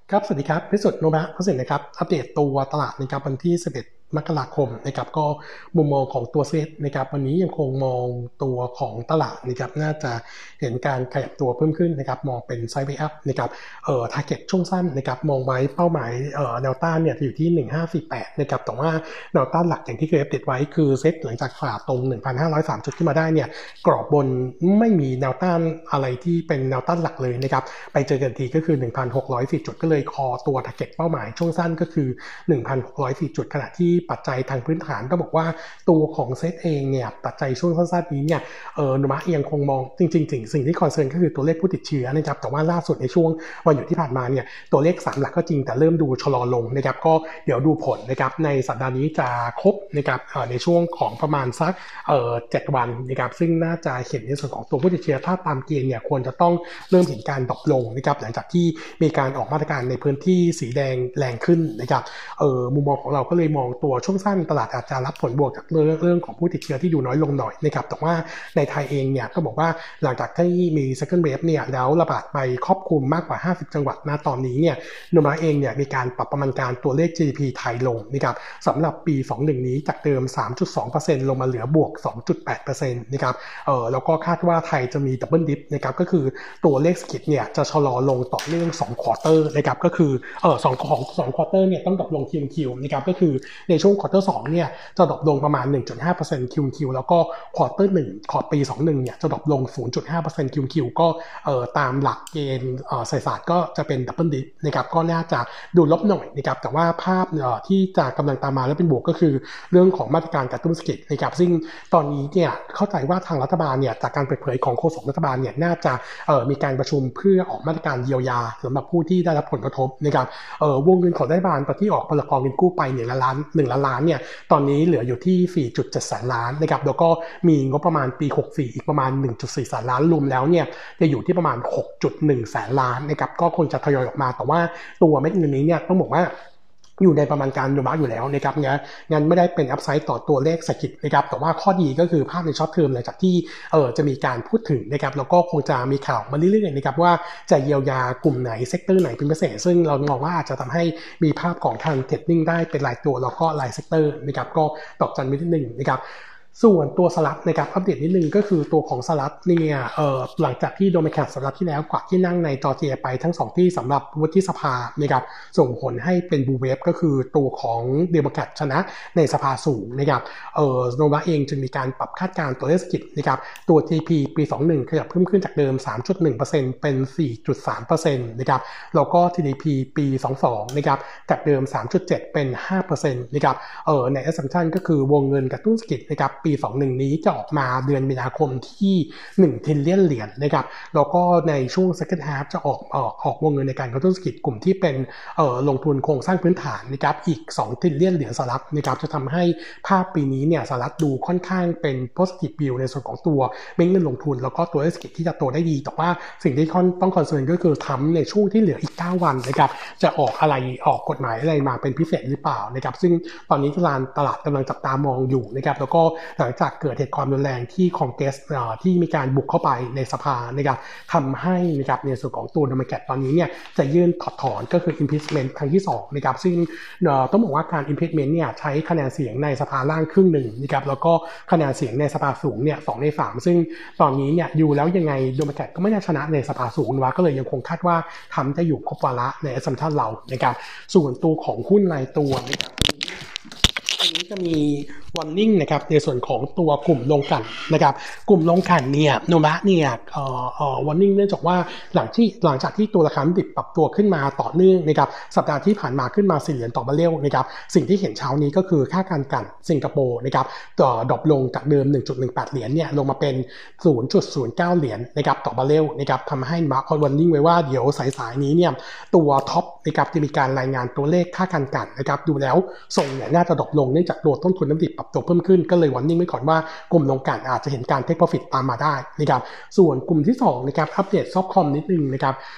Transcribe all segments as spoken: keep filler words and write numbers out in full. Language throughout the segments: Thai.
ครับสวัสดีครับพิสุทธิ์โนบะพสินนะครับอัปเดตตัวตลาดนะครับวันที่สิบเอ็ดมกราคมนะครับก็มุมมองของตัวเซตนะครับวันนี้ยังคงมองตัวของตลาดนะครับน่าจะเห็นการขยับตัวเพิ่มขึ้นนะครับมองเป็นไซด์เวย์อัพนะครับเอ่อทาร์เก็ตช่วงสั้นนะครับมองไว้เป้าหมายเอ่อแนวต้านเนี่ยอยู่ที่หนึ่งพันห้าร้อยสี่สิบแปดนะครับแต่ว่าแนวต้านหลักอย่างที่เคยอัปเดตไว้คือเซตหลังจากฝ่าตรง หนึ่งพันห้าร้อยสาม จุดขึ้นมาได้เนี่ยกรอบบนไม่มีแนวต้านอะไรที่เป็นแนวต้านหลักเลยนะครับไปเจอกันทีก็คือ หนึ่งพันหกร้อยสี่ จุดก็เลยคอตัวทาร์เก็ตเป้าหมายช่วงสั้นก็คือ หนึ่งพันหกร้อยสี่ จุดขณะที่ปัจจัยทางพื้นฐานก็บอกว่าตัวของเซตเองเนี่ยปัจจัยช่วงสั้นๆนี้เนี่ยเออนุมะยังคงมองจริงๆสิ่งสิ่งที่คอนเซิร์นก็คือตัวเลขผู้ติดเชื้อนะครับแต่ว่าล่าสุดในช่วงวันหยุดที่ผ่านมาเนี่ยตัวเลขสามหลักก็จริงแต่เริ่มดูชะลอลงนะครับก็เดี๋ยวดูผลนะครับในสัปดาห์นี้จะครบนะครับเอ่อในช่วงของประมาณสักเอ่อเจ็ดวันนะครับซึ่งน่าจะเห็นในส่วนของตัวผู้ติดเชื้อถ้าตามเกณฑ์เนี่ยควรจะต้องเริ่มเห็นการดรอปลงนะครับหลังจากที่มีการออกมาตรการในพื้นที่สีแดงแรงขึ้นนะครับเอ่อมุมมองของเราก็เลยมองตัวช่วงสั้นตลาดอาจจะรับผลบวกจากเรื่องเรื่องของผู้ติดเชื้อที่ดูน้อยลงหน่อยนะครับแต่ว่าในไทยเองเนี่ยก็บอกว่าหลังจากที่มี second wave เนี่ยแล้วระบาดไปครอบคลุมมากกว่าห้าสิบจังหวัดณตอนนี้เนี่ยโนมาเองเนี่ยมีการปรับประมาณการตัวเลข จี ดี พี ไทยลงนะครับสำหรับปีสองพันยี่สิบเอ็ดนี้จากเดิม สามจุดสองเปอร์เซ็นต์ ลงมาเหลือบวก สองจุดแปดเปอร์เซ็นต์ นะครับเออแล้วก็คาดว่าไทยจะมีดับเบิลดิฟนะครับก็คือตัวเลขสกิทเนี่ยจะชะลอลงต่อเนื่องสองควอเตอร์นะครับก็คือเออสองของสองควอเตอร์เนี่ยต้องดรอปลง คิว คิว นะครับก็คือในช่วงควอเตอร์สองเนี่ยจะดรอปลงประมาณ หนึ่งจุดห้าเปอร์เซ็นต์ คิว คิว แล้วก็ควอเตอร์หนึ่งขอปีสองพันยี่สิบเอ็ดเนี่ยจะดรอปลง ศูนย์จุดห้าเปอร์เซ็นต์ คิว คิว ก็เอ่อตามหลักเกณฑ์เอ่อเศรษฐศาสตร์ก็จะเป็นดับเบิลดิฟนะครับก็น่าจะดูลบหน่อยนะครับแต่ว่าภาพเอ่อที่จะกำลังตามมาแล้วเป็นบวกก็คือเรื่องของมาตรการกระตุ้นเศรษฐกิจนะครับซึ่งตอนนี้เนี่ยเข้าใจว่าทางรัฐบาลเนี่ยจากการเปิดเผยของโฆษกรัฐบาลเนี่ยน่าจะเอ่อมีการประชุมเพื่อออกมาตรการเยียวยาสำหรับผู้ที่ได้รับผลกระทบนะครับเอ่อวงเงินของรัฐบาลตอนที่ออกพรกเงินกู้ไปหนึ่งล้านหนึ่งล้านล้านเนี่ยตอนนี้เหลืออยู่ที่ สี่จุดเจ็ดแสนล้านนะครับแล้วก็มีงบประมาณปีหกสิบสี่อีกประมาณ หนึ่งจุดสี่แสนล้านรวมแล้วเนี่ยจะอยู่ที่ประมาณ หกจุดหนึ่งแสนล้านนะครับก็คงจะทยอยออกมาแต่ว่าตัวเม็ดเงินนี้เนี่ยต้องบอกว่าอยู่ในประมาณการดูมาอยู่แล้วนะครับงั้นงั้นไม่ได้เป็นอัพไซด์ต่อตัวเลขเศรษฐกิจนะครับแต่ว่าข้อดีก็คือภาพในช็อตเทอมหลังจากที่เออจะมีการพูดถึงนะครับแล้วก็คงจะมีข่าวมาเรื่อยๆนะครับว่าจะเยียวยากลุ่มไหนเซกเตอร์ไหนเป็นพิเศษซึ่งเรามองว่าอาจจะทำให้มีภาพของทางเทรดดิ้งได้เป็นรายตัวแล้วก็รายเซกเตอร์นะครับก็ตอกจันไว้ที่หนึ่งนะครับส่วนตัวสลัดนะครับอัปเดตนิดนึงก็คือตัวของสลัดเนี่ยเอ่อหลังจากที่โดนไปแข่งสัปดาห์ที่แล้วกว่าที่นั่งในจอร์เจียไปทั้งสองที่สำหรับวุฒิสภานะครับส่งผลให้เป็นบูเวฟก็คือตัวของเดโมแครตชนะในสภาสูงนะครับเอ่อโนวาเองจึงมีการปรับคาดการณ์ตัวเลขเศรษฐกิจนะครับตัว จี ดี พี ปีสองพันยี่สิบเอ็ดขยับเพิ่มขึ้นจากเดิม สามจุดหนึ่งเปอร์เซ็นต์ เป็น สี่จุดสามเปอร์เซ็นต์ นะครับแล้วก็ ที ดี พี ปีสองพันยี่สิบสองนะครับจากเดิม สามจุดเจ็ด เป็น ห้าเปอร์เซ็นต์ นะครับเอ่อใน assumption ก็คือวงเงินกระตุ้นเศรษฐกิจนะครับปีสองพันยี่สิบเอ็ดนี้จะออกมาเดือนมีนาคมที่หนึ่ง trillion เหรียญนะครับแล้วก็ในช่วง second half จะออกออกออกวงเงินในการกระตุ้นเศรษฐกิจกลุ่มที่เป็นเอ่อลงทุนโครงสร้างพื้นฐานนะครับอีกสอง trillion เหรียญสหรัฐนะครับจะทำให้ภาพปีนี้เนี่ยสหรัฐดูค่อนข้างเป็น positive view ในส่วนของตัวเม็ดเงินลงทุนแล้วก็ตัวเศรษฐกิจที่จะโตได้ดีแต่ว่าสิ่งที่ต้องคอนเซิร์นก็คือทำในช่วงที่เหลืออีกเก้าวันนะครับจะออกอะไรออกกฎหมายอะไรมาเป็นพิเศษหรือเปล่านะครับซึ่งตอนนี้ตลาดตลาดกำลังจับตามองอยู่นะครับแล้วก็หลังจากเกิดเหตุความรุนแรงที่คอนเกรสที่มีการบุกเข้าไปในสภานะครับทำให้นะครับในส่วนของตัวเดโมแครตตอนนี้เนี่ยจะยื่นถอดถอนก็คือ impeachment ครั้งที่สองนะครับซึ่งต้องบอกว่าการ impeachment เนี่ยใช้คะแนนเสียงในสภาล่างครึ่งหนึ่งนะครับแล้วก็คะแนนเสียงในสภาสูงเนี่ยสองในสามซึ่งตอนนี้เนี่ยอยู่แล้วยังไงเดโมแครตก็ไม่ได้ชนะในสภาสูงนะก็เลยยังคงคาดว่าทำจะอยู่ครบวาระใน assumption เรานะครับส่วนตัวของหุ้นรายตัวนะครับอันนี้จะมีวอร์นิ่งนะครับในส่วนของตัวกลุ่มโรงกลั่นนะครับกลุ่มโรงกลั่นเนี่ยโนมะเนี่ยเอ่อเอ่อวอร์นิ่งเนื่องจากว่าหลังที่หลังจากที่ตัวราคาดิบปรับตัวขึ้นมาต่อเนื่องนะครับสัปดาห์ที่ผ่านมาขึ้นมาสี่เหรียญต่อบาร์เรลนะครับสิ่งที่เห็นเช้านี้ก็คือค่าการกลั่นสิงคโปร์นะครับต่อดรอปลงจากเดิม หนึ่งจุดหนึ่งแปด เหรียญเนี่ยลงมาเป็น ศูนย์จุดศูนย์เก้า เหรียญนะครับต่อบาร์เรลนะครับทำให้มาร์ควอร์นิ่งไว้ว่าเดี๋ยวสายๆนี้เนี่ยตัวท็อปนะครับจะมีการรายงานตัวเลขค่าการกลั่นนะครับดูแล้วส่งเนี่ยน่าจะดรอปลงเนื่องจากตัวต้นทุนน้ำดิบปรับตัวเพิ่มขึ้นก็เลยวอร์นิ่งไว้ก่อนว่ากลุ่มโรงกลั่นอาจจะเห็นการเทคโปรฟิตตามมาได้นะครับส่วนกลุ่มที่สองนะครับอัปเดตซอฟต์คอมนิดนึงนะครับ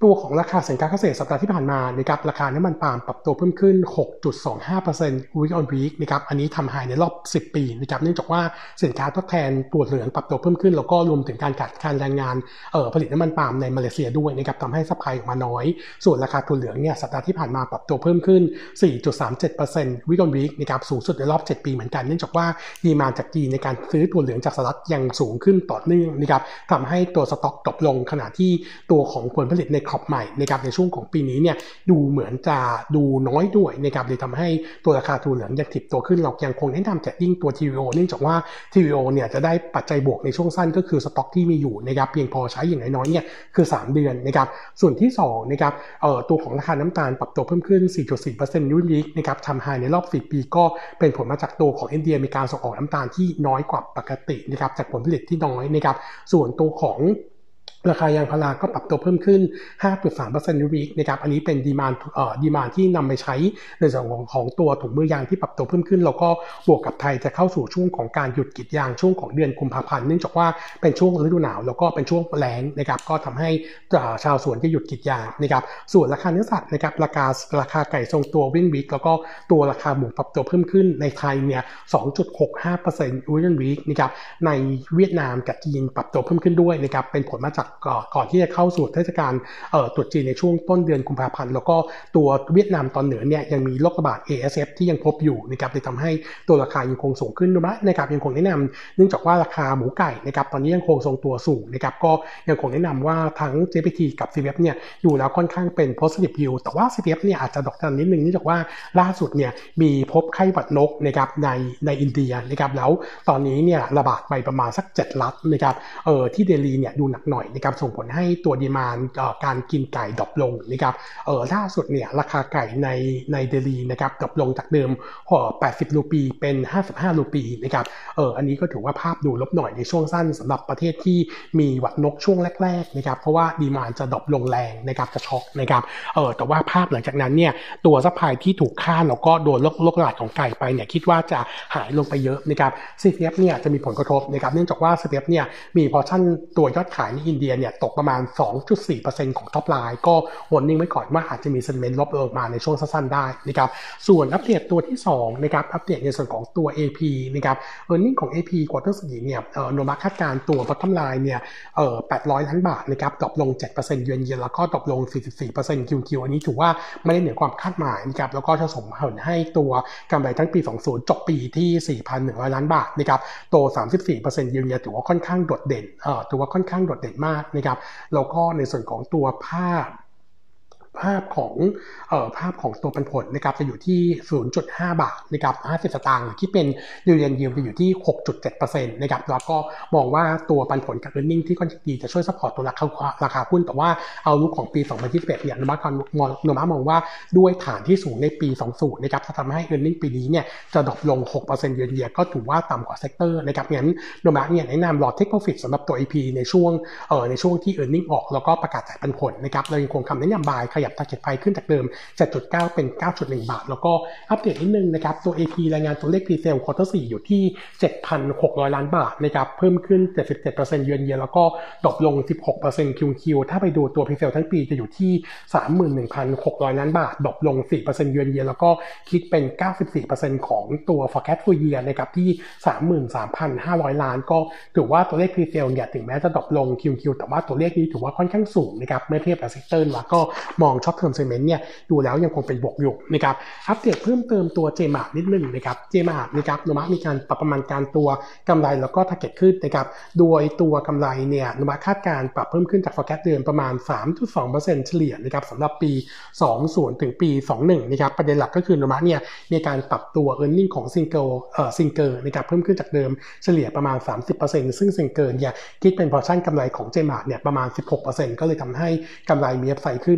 ตัวของราคาสินค้าเกษตรสัปดาห์ที่ผ่านมานะครับราคาน้ำมันปาล์มปรับตัวเพิ่มขึ้น หกจุดสองห้าเปอร์เซ็นต์ week on week นะครับอันนี้ทำไฮในรอบสิบปีนะครับเนื่องจากว่าสินค้าทดแทนตัวเหลืองปรับตัวเพิ่มขึ้นแล้วก็รวมถึงการขาดแคลนแรงงานเอ่อผลิตน้ำมันปาล์มในมาเลเซียด้วยนะครับทำให้ซัพพลายออกมาน้อยส่วนราคาถั่วเหลืองเนี่ยสัปดาห์ที่ผ่านมาปรับตัวเพิ่มขึ้น สี่จุดสามเจ็ดเปอร์เซ็นต์ week on week นะครับสูงสุดในรอบเจ็ดปีเหมือนกันเนื่องจากว่าดีมานด์จากจีนในการซื้อถั่วเหลืองจากสหรัฐยังสูงขึ้นต่อเนื่องนะครับทำให้ตัวสต็อกดรอปลงขณะที่ตัวของผลผลิตในครอปใหม่นะครับในช่วงของปีนี้เนี่ยดูเหมือนจะดูน้อยด้วยนะครับเลยทำให้ตัวราคาถั่วเหลืองยังถิบตัวขึ้นเรายังคงแนะนำจะยิ่งตัว ที วี โอ เนื่องจากว่า ที วี โอ เนี่ยจะได้ปัจจัยบวกในช่วงสั้นก็คือสต็อกที่มีอยู่นะครับเพียงพอใช้อย่างน้อยๆเนี่ยคือสามเดือนนะครับส่วนที่สองนะครับเอ่อตัวของราคาน้ำตาลปรับตัวเพิ่มขึ้น สี่จุดสี่เปอร์เซ็นต์ ยูนิคนะครับทำไฮในรอบสี่ปีก็เป็นผลมาจากตัวของอินเดียมีการส่งออกน้ำตาลที่น้อยกว่าปกตินะครับจากผลผลิตที่น้อยนะครับส่วนตัวของราคายางพาราก็ปรับตัวเพิ่มขึ้น ห้าจุดสามเปอร์เซ็นต์ วีคนะครับอันนี้เป็นดีมานด์เอ่อดีมานด์ที่นำไปใช้ในส่วนของของตัวถุงมือยางที่ปรับตัวเพิ่มขึ้นแล้วก็บวกกับไทยจะเข้าสู่ช่วงของการหยุดกรีดยางช่วงของเดือนกุมภาพันธ์เนื่องจากว่าเป็นช่วงฤดูหนาวแล้วก็เป็นช่วงแล้งนะครับก็ทำให้ชาวสวนจะหยุดกรีดยางนะครับส่วนราคาเนื้อสัตว์นะครับราคาราคาไก่ทรงตัววิ่งวีคแล้วก็ตัวราคาหมูปรับตัวเพิ่มขึ้นในไทยเนี่ย สองจุดหกห้าเปอร์เซ็นต์ วีคนะครับในเวียดนามกับจีนปรับตัวเพิ่มขึ้นด้วยนะครับเป็นผลมาจากก่อนที่จะเข้าสู่เทศกาลเอ่อตรุษจีนในช่วงต้นเดือนกุมภาพันธ์แล้วก็ตัวเวียดนามตอนเหนือเนี่ยยังมีโรคระบาด เอ เอส เอฟ ที่ยังพบอยู่นะครับเลยทำให้ตัวราคายังคงสูงขึ้นนะครับยังคงแนะนำเนื่องจากว่าราคาหมูไก่นะครับตอนนี้ยังคงทรงตัวสูงนะครับก็ยังคงแนะนำว่าทั้ง เจ พี ที กับ ซี วี เอฟ เนี่ยดูแล้วค่อนข้างเป็น positive view แต่ว่า ซี วี เอฟ เนี่ยอาจจะดอกจันนิดนึงเนื่องจากว่าล่าสุดเนี่ยมีพบไข้หวัดนกนะครับในในอินเดียนะครับแล้วตอนนี้เนี่ยระบาดไปประมาณสักเจ็ดรัฐนะครับเอ่อที่เดลีเนี่ยดูหนักหน่อยนะครับส่งผลให้ตัวดีมานด์การกินไก่ดรอปลงนะครับเอ่อล่าสุดเนี่ยราคาไก่ในในเดลีนะครับดรอปลงจากเดิมแปดสิบรูปีเป็นห้าสิบห้ารูปีนะครับเอ่ออันนี้ก็ถือว่าภาพดูลบหน่อยในช่วงสั้นสำหรับประเทศที่มีหวัดนกช่วงแรกๆนะครับเพราะว่าดีมานด์จะดรอปลงแรงนะครับจะช็อกนะครับเอ่อแต่ว่าภาพหลังจากนั้นเนี่ยตัวซัพพลายที่ถูกฆ่าแล้วก็โดนโรคโรคระบาดของไก่ไปเนี่ยคิดว่าจะหายลงไปเยอะนะครับ ซี พี เอฟ เนี่ยจะมีผลกระทบนะครับเนื่องจากว่า ซี พี เอฟ เนี่ยมีพอร์ชั่นตัวยอดขายในอินเดียเนี่ยตกประมาณ สองจุดสี่เปอร์เซ็นต์ ของท็อปไลน์ก็วอร์นิ่งไว้ก่อนว่าอาจจะมีเซนติเมนต์ลบลงมาในช่วงสั้นๆได้นะครับส่วนอัปเดตตัวที่สองนะครับอัปเดตในส่วนของตัว เอ พี นะครับ earning ของ เอ พี ควอเตอร์ สี่เนี่ยเอ่อโนมาคาดการตัว bottom line เนี่ยเอ่อแปดร้อยล้านบาทนะครับดรอปลง เจ็ดเปอร์เซ็นต์ เยือนเยียแล้วก็ดรอปลง สี่สิบสี่เปอร์เซ็นต์ คิว คิว อันนี้ถือว่าไม่ได้เหนือความคาดหมายนะครับแล้วก็จะส่งผลให้ตัวกำไรทั้งปีสองสิบจบปีที่ สี่พันหนึ่งร้อยล้านบาทนะครับโต สามสิบสี่เปอร์เซ็นต์ เยือนเยียถือว่าค่อนข้างโดดเด่นเอ่อถือว่าค่อนข้างโดดเด่นมากนะครับแล้วก็ในส่วนของตัวภาพภาพของเอ่อภาพของตัวปันผลนะครับจะอยู่ที่ ศูนย์จุดห้า บาทนะครับห้าสิบสตางค์ที่เป็นดิวิเดนด์ยิลด์จะอยู่ที่ หกจุดเจ็ดเปอร์เซ็นต์ นะครับแล้วก็มองว่าตัวปันผลกับ earning ที่ค่อนข้างดีจะช่วยซัพพอร์ตตัวราคาราคาหุ้นแต่ว่าเอาลุกของปีสองพันยี่สิบเอ็ดเนี่ยนมัสมองนมัสมองว่าด้วยฐานที่สูงในปีสองสิบนะครับจะทำให้ earning ปีนี้เนี่ยจะดรอปลง หกเปอร์เซ็นต์ เยือนเยียก็ถือว่าต่ำกว่าเซกเตอร์นะครับงั้นนมัสเนี่ยแนะนำรอ take profit สำหรับตัว เอ พี ในช่วงเอ่อในช่วงที่ earning ออกแล้วก็ประกาศจ่ายปันผลนะครับเรายังคงคำแนะนำ buy ขยับ target price ขึ้นจากเดิม เจ็ดจุดเก้า เป็น เก้าจุดหนึ่ง บาทแล้วก็อัปเดตนิดนึงนะครับตัว เอ พี รายงานตัวเลข Pre-sale ควอเตอร์ สี่อยู่ที่ เจ็ดพันหกร้อยล้านบาทนะครับเพิ่มขึ้น เจ็ดสิบเจ็ดเปอร์เซ็นต์ เยือนเยียแล้วก็ดรอปลง สิบหกเปอร์เซ็นต์ คิว คิว ถ้าไปดูตัว Pre-sale ทั้งปีจะอยู่ที่ สามหมื่นหนึ่งพันหกร้อยล้านบาทดรอปลง สี่เปอร์เซ็นต์ เยือนเยียแล้วก็คิดเป็น เก้าสิบสี่เปอร์เซ็นต์ ของตัว forecast full year นะครับที่ สามหมื่นสามพันห้าร้อย ล้านก็ถือว่าตัวเลข Pre-sale เนี่ยถึงแม้จะดรอปลง คิว คิว แต่ว่าตัวเลขนี้ถือว่าค่อนข้างสูงนะครับเมื่อเทียบกับเซกเตอร์แล้วก็มอง short term sentiment เนี่ยดูแล้วยังคงเป็นบวกอยู่นะครับอัปเดตเพิ่มเติมตัว เจ เอ็ม อาร์ นิดนึงนะครับ เจ เอ็ม อาร์ นะครับโนมัสมีการปรับประมาณการตัวกำไรแล้วก็ target ขึ้นนะครับโดยตัวกำไรเนี่ยโนมัสคาดการปรับเพิ่มขึ้นจาก forecast เดิมประมาณ สามจุดสองเปอร์เซ็นต์ เฉลี่ยนะครับสำหรับปีสองสิบถึงปียี่สิบเอ็ดนะครับประเด็นหลักก็คือโนมัสเนี่ยมีการปรับตัว earning ของ Single เอ่อ Single นะครับเพิ่มขึ้นจากเดิมเฉลี่ยประมาณ สามสิบเปอร์เซ็นต์ ซึ่ง Single เนี่ยคิดเป็น portion กำไรของ เจ เอ็ม อาร์ เนี่ยประมาณ สิบหกเปอร์เซ็นต์ ก็เลยทำให้กำไรมีอัพไซด์ขึ้นนะครับ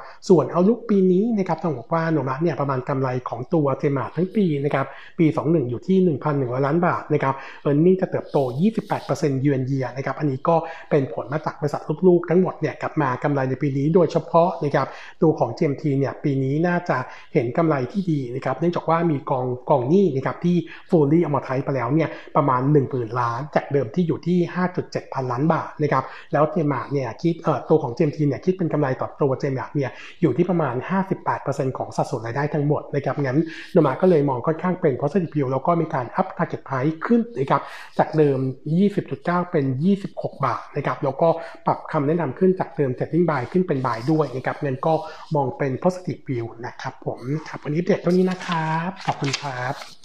ส่วนเอาลุกปีนี้นะครับต้องบอกว่าโนมะเนี่ยประมาณกำไรของตัวเจมาร์ทั้งปีนะครับปีสองสิบเอ็ดอยู่ที่ หนึ่งพันหนึ่งร้อย ล้านบาทนะครับ earning จะเติบโต ยี่สิบแปดเปอร์เซ็นต์ year on year นะครับอันนี้ก็เป็นผลมาจากบริษัทลูกๆทั้งหมดเนี่ยกลับมากำไรในปีนี้โดยเฉพาะนะครับตัวของ จี เอ็ม ที เนี่ยปีนี้น่าจะเห็นกำไรที่ดีนะครับเนื่องจากว่ามีกองกองหนี้นะครับที่ fully amortize ไปแล้วเนี่ยประมาณ หนึ่งหมื่น ล้านจากเดิมที่อยู่ที่ ห้าจุดเจ็ด พันล้านบาทนะครับแล้วเจมาร์เนี่ยคิดเอ่อตัวของ จี เอ็ม ที เนี่ยคิดเป็นกำไรต่อตัวเจมาร์เนี่ยอยู่ที่ประมาณ ห้าสิบแปดเปอร์เซ็นต์ ของสัดส่วนรายได้ทั้งหมดนะครับงั้นโนมะก็เลยมองค่อนข้างเป็น positive view แล้วก็มีการ up target price ขึ้นนะครับจากเดิม ยี่สิบจุดเก้า เป็น ยี่สิบหก บาทนะครับแล้วก็ปรับคำแนะนำขึ้นจากเดิม trading buy ขึ้นเป็น buy ด้วยนะครับงั้นก็มองเป็น positive view นะครับผมครับวันนี้เด็ดเท่านี้นะครับขอบคุณครับ